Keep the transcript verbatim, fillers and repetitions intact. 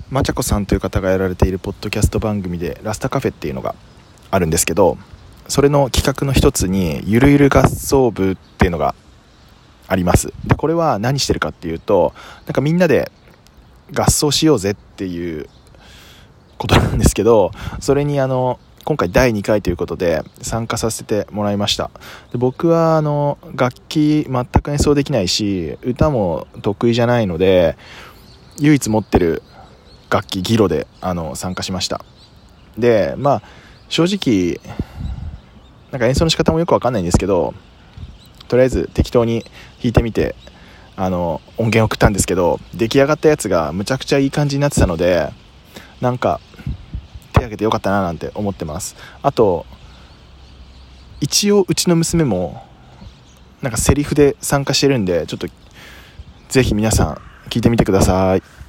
まちゃこさんという方がやられているポッドキャスト番組でラスタカフェっていうのがあるんですけど、それの企画の一つにゆるゆる合奏部っていうのがあります。でこれは何してるかっていうと、なんかみんなで合奏しようぜっていうことなんですけど、それにあの今回だいにかいということで参加させてもらいました。で僕はあの楽器全く演奏できないし、歌も得意じゃないので、唯一持ってる楽器ギロであの参加しました。でまあ正直なんか演奏の仕方もよくわかんないんですけど、とりあえず適当に弾いてみてあの音源を送ったんですけど、出来上がったやつがむちゃくちゃいい感じになってたので、なんか手挙げてよかったななんて思ってます。あと一応うちの娘もなんかセリフで参加してるんで、ちょっとぜひ皆さん聞いてみてください。